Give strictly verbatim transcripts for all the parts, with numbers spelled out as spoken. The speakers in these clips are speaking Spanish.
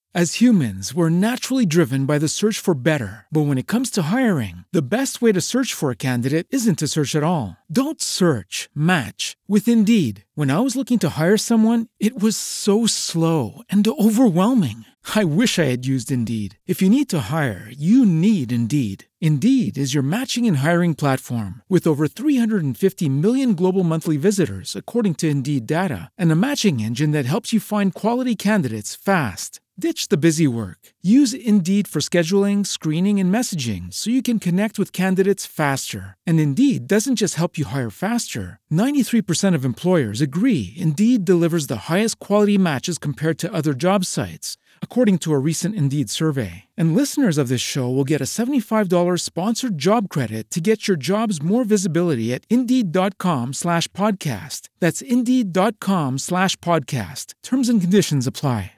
As humans, we're naturally driven by the search for better. But when it comes to hiring, the best way to search for a candidate isn't to search at all. Don't search, match with Indeed. When I was looking to hire someone, it was so slow and overwhelming. I wish I had used Indeed. If you need to hire, you need Indeed. Indeed is your matching and hiring platform with over three hundred fifty million global monthly visitors, according to Indeed data, and a matching engine that helps you find quality candidates fast. Ditch the busy work. Use Indeed for scheduling, screening, and messaging so you can connect with candidates faster. And Indeed doesn't just help you hire faster. ninety-three percent of employers agree Indeed delivers the highest quality matches compared to other job sites, according to a recent Indeed survey. And listeners of this show will get a seventy-five dollars sponsored job credit to get your jobs more visibility at Indeed.com slash podcast. That's Indeed.com slash podcast. Terms and conditions apply.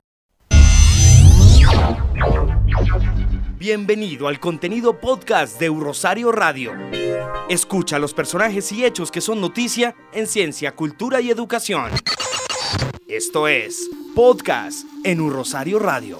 Bienvenido al contenido podcast de Rosario Radio. Escucha los personajes y hechos que son noticia en ciencia, cultura y educación. Esto es Podcast en Rosario Radio.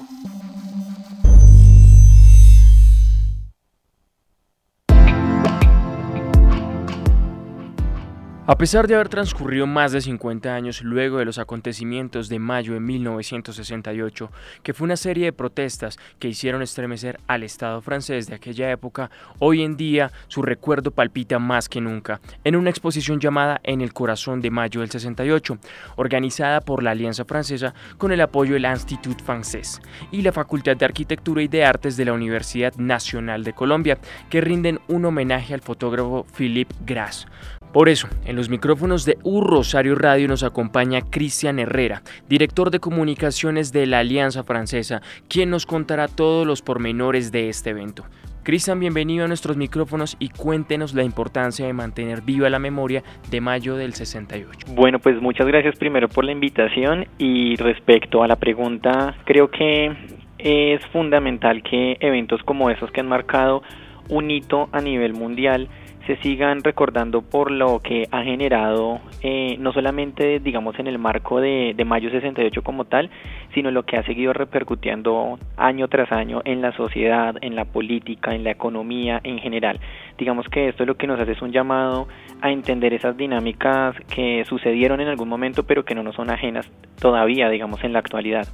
A pesar de haber transcurrido más de cincuenta años luego de los acontecimientos de mayo de mil novecientos sesenta y ocho, que fue una serie de protestas que hicieron estremecer al Estado francés de aquella época, hoy en día su recuerdo palpita más que nunca en una exposición llamada En el corazón de mayo del sesenta y ocho, organizada por la Alianza Francesa con el apoyo del Institut Français y la Facultad de Arquitectura y de Artes de la Universidad Nacional de Colombia, que rinden un homenaje al fotógrafo Philippe Grasse. Por eso, en los micrófonos de U Rosario Radio nos acompaña Cristian Herrera, director de comunicaciones de la Alianza Francesa, quien nos contará todos los pormenores de este evento. Cristian, bienvenido a nuestros micrófonos y cuéntenos la importancia de mantener viva la memoria de mayo del sesenta y ocho. Bueno, pues muchas gracias primero por la invitación y respecto a la pregunta, creo que es fundamental que eventos como esos que han marcado un hito a nivel mundial se sigan recordando por lo que ha generado, eh, no solamente digamos en el marco de, de mayo sesenta y ocho como tal, sino lo que ha seguido repercutiendo año tras año en la sociedad, en la política, en la economía en general. Digamos que esto lo que nos hace es un llamado a entender esas dinámicas que sucedieron en algún momento, pero que no nos son ajenas todavía, digamos, en la actualidad.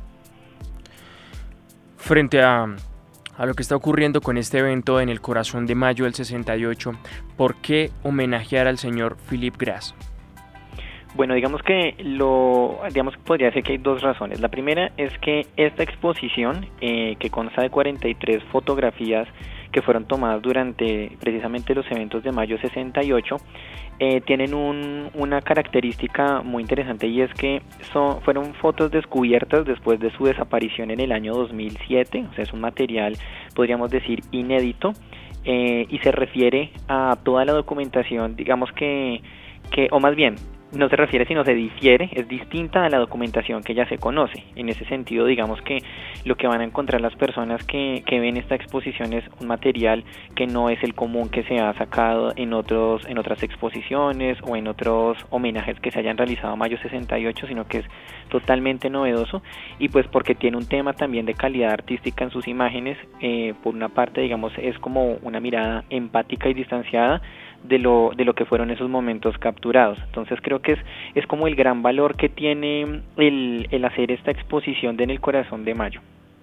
Frente a... A lo que está ocurriendo con este evento en el corazón de mayo del sesenta y ocho, ¿por qué homenajear al señor Philippe Grasse? Bueno, digamos que lo, digamos que podría ser que hay dos razones. La primera es que esta exposición, eh, que consta de cuarenta y tres fotografías que fueron tomadas durante precisamente los eventos de mayo sesenta y ocho, eh, tienen un, una característica muy interesante, y es que son, fueron fotos descubiertas después de su desaparición en el año dos mil siete, o sea, es un material, podríamos decir, inédito, eh, y se refiere a toda la documentación, digamos que, que o más bien, no se refiere sino se difiere, es distinta a la documentación que ya se conoce. En ese sentido, digamos que lo que van a encontrar las personas que, que ven esta exposición es un material que no es el común que se ha sacado en otros en otras exposiciones o en otros homenajes que se hayan realizado a mayo sesenta y ocho, sino que es totalmente novedoso, y pues porque tiene un tema también de calidad artística en sus imágenes. Eh, por una parte, digamos, es como una mirada empática y distanciada de lo de lo que fueron esos momentos capturados. Entonces creo que es es como el gran valor que tiene el, el hacer esta exposición de En el corazón de mayo.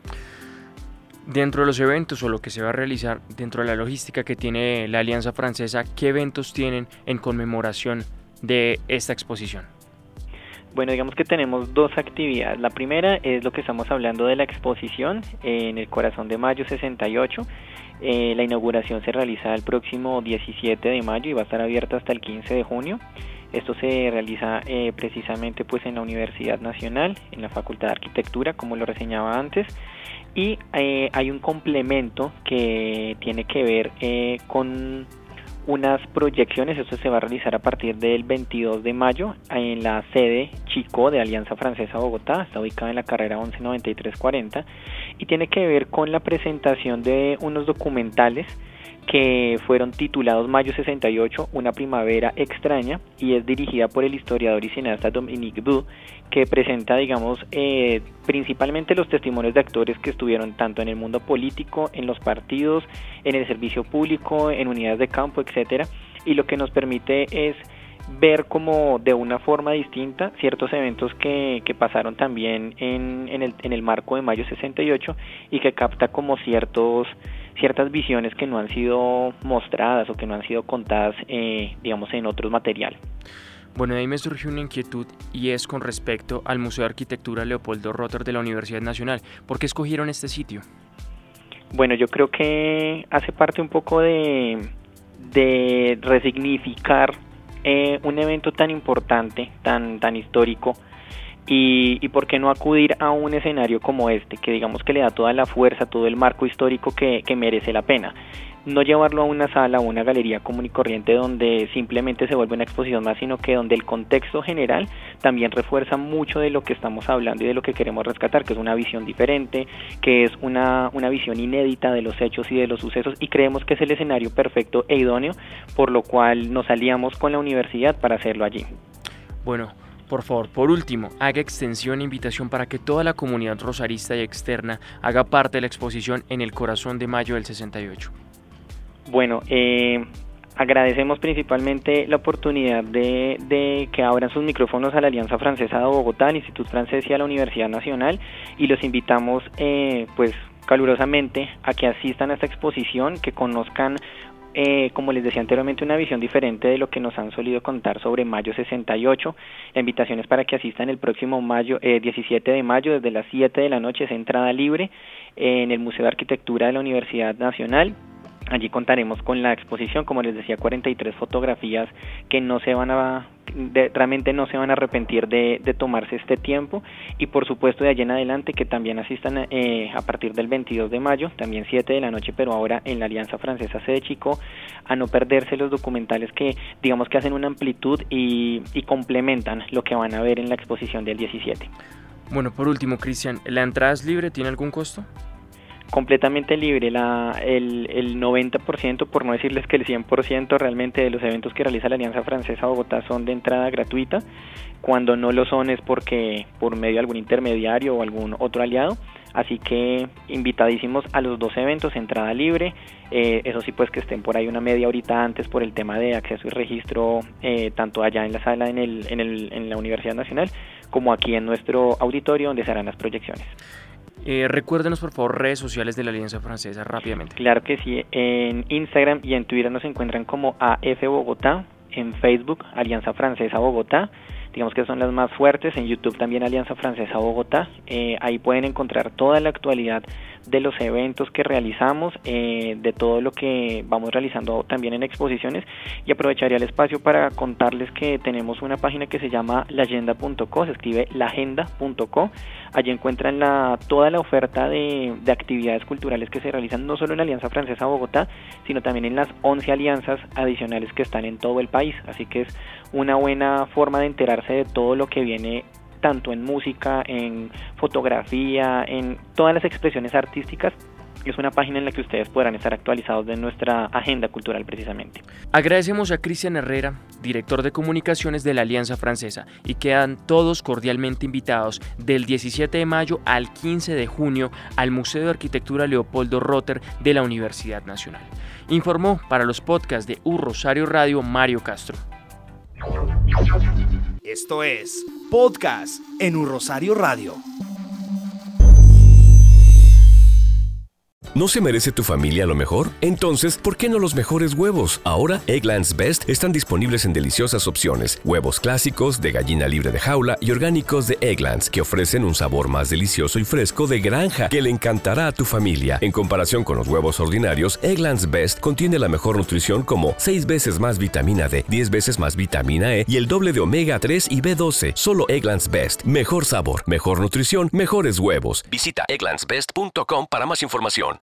Dentro de los eventos o lo que se va a realizar dentro de la logística que tiene la Alianza Francesa, ¿qué eventos tienen en conmemoración de esta exposición? Bueno, digamos que tenemos dos actividades. La primera es lo que estamos hablando de la exposición En el corazón de mayo sesenta y ocho. Eh, la inauguración se realiza el próximo diecisiete de mayo y va a estar abierta hasta el quince de junio. Esto se realiza eh, precisamente pues en la Universidad Nacional, en la Facultad de Arquitectura, como lo reseñaba antes, y eh, hay un complemento que tiene que ver eh, con unas proyecciones. Esto se va a realizar a partir del veintidós de mayo en la sede Chico de Alianza Francesa Bogotá, está ubicada en la carrera once noventa y tres cuarenta, y tiene que ver con la presentación de unos documentales que fueron titulados Mayo sesenta y ocho, una primavera extraña, y es dirigida por el historiador y cineasta Dominique Bou, que presenta, digamos, eh, principalmente los testimonios de actores que estuvieron tanto en el mundo político, en los partidos, en el servicio público, en unidades de campo, etcétera, y lo que nos permite es ver como de una forma distinta ciertos eventos que, que pasaron también en, en, el, en el marco de Mayo sesenta y ocho y que capta como ciertos ciertas visiones que no han sido mostradas o que no han sido contadas, eh, digamos, en otros materiales. Bueno, de ahí me surgió una inquietud y es con respecto al Museo de Arquitectura Leopoldo Rotter de la Universidad Nacional. ¿Por qué escogieron este sitio? Bueno, yo creo que hace parte un poco de, de resignificar eh, un evento tan importante, tan, tan histórico, y, y por qué no acudir a un escenario como este, que digamos que le da toda la fuerza, todo el marco histórico que, que merece la pena. No llevarlo a una sala o una galería común y corriente donde simplemente se vuelve una exposición más, sino que donde el contexto general también refuerza mucho de lo que estamos hablando y de lo que queremos rescatar, que es una visión diferente, que es una, una visión inédita de los hechos y de los sucesos, y creemos que es el escenario perfecto e idóneo, por lo cual nos aliamos con la universidad para hacerlo allí. Bueno, por favor, por último, haga extensión e invitación para que toda la comunidad rosarista y externa haga parte de la exposición en el corazón de Mayo del sesenta y ocho. Bueno, eh, agradecemos principalmente la oportunidad de, de que abran sus micrófonos a la Alianza Francesa de Bogotá, al Instituto Francés y a la Universidad Nacional, y los invitamos eh, pues calurosamente a que asistan a esta exposición, que conozcan, eh, como les decía anteriormente, una visión diferente de lo que nos han solido contar sobre Mayo sesenta y ocho. La invitación es para que asistan el próximo mayo, eh, diecisiete de mayo, desde las siete de la noche, es entrada libre, eh, en el Museo de Arquitectura de la Universidad Nacional. Allí contaremos con la exposición, como les decía, cuarenta y tres fotografías que no se van a, de, realmente no se van a arrepentir de, de tomarse este tiempo, y por supuesto de allí en adelante que también asistan eh, a partir del veintidós de mayo, también siete de la noche, pero ahora en la Alianza Francesa Sede Chicó, a no perderse los documentales que digamos que hacen una amplitud y, y complementan lo que van a ver en la exposición del diecisiete. Bueno, por último, Cristian, ¿la entrada es libre? ¿Tiene algún costo? Completamente libre, la, el, el noventa por ciento, por no decirles que el cien por ciento realmente de los eventos que realiza la Alianza Francesa Bogotá son de entrada gratuita. Cuando no lo son es porque por medio de algún intermediario o algún otro aliado, así que invitadísimos a los dos eventos, entrada libre, eh, eso sí, pues que estén por ahí una media horita antes por el tema de acceso y registro, eh, tanto allá en la sala en, el, en, el, en la Universidad Nacional como aquí en nuestro auditorio donde se harán las proyecciones. Eh, recuérdenos por favor redes sociales de la Alianza Francesa rápidamente. Claro que sí, en Instagram y en Twitter nos encuentran como A F Bogotá, en Facebook Alianza Francesa Bogotá, digamos que son las más fuertes, en YouTube también Alianza Francesa Bogotá, eh, ahí pueden encontrar toda la actualidad de los eventos que realizamos, eh, de todo lo que vamos realizando también en exposiciones, y aprovecharía el espacio para contarles que tenemos una página que se llama lagenda punto co, se escribe lagenda punto co, allí encuentran la, toda la oferta de, de actividades culturales que se realizan no solo en la Alianza Francesa Bogotá, sino también en las once alianzas adicionales que están en todo el país, así que es una buena forma de enterarse de todo lo que viene tanto en música, en fotografía, en todas las expresiones artísticas. Es una página en la que ustedes podrán estar actualizados de nuestra agenda cultural precisamente. Agradecemos a Cristian Herrera, director de comunicaciones de la Alianza Francesa, y quedan todos cordialmente invitados del diecisiete de mayo al quince de junio al Museo de Arquitectura Leopoldo Rotter de la Universidad Nacional. Informó para los podcasts de U Rosario Radio Mario Castro. Esto es Podcast en U Rosario Radio. ¿No se merece tu familia lo mejor? Entonces, ¿por qué no los mejores huevos? Ahora, Eggland's Best están disponibles en deliciosas opciones. Huevos clásicos, de gallina libre de jaula y orgánicos de Eggland's, que ofrecen un sabor más delicioso y fresco de granja que le encantará a tu familia. En comparación con los huevos ordinarios, Eggland's Best contiene la mejor nutrición como seis veces más vitamina D, diez veces más vitamina E y el doble de omega tres y B doce. Solo Eggland's Best. Mejor sabor, mejor nutrición, mejores huevos. Visita egglands best punto com para más información.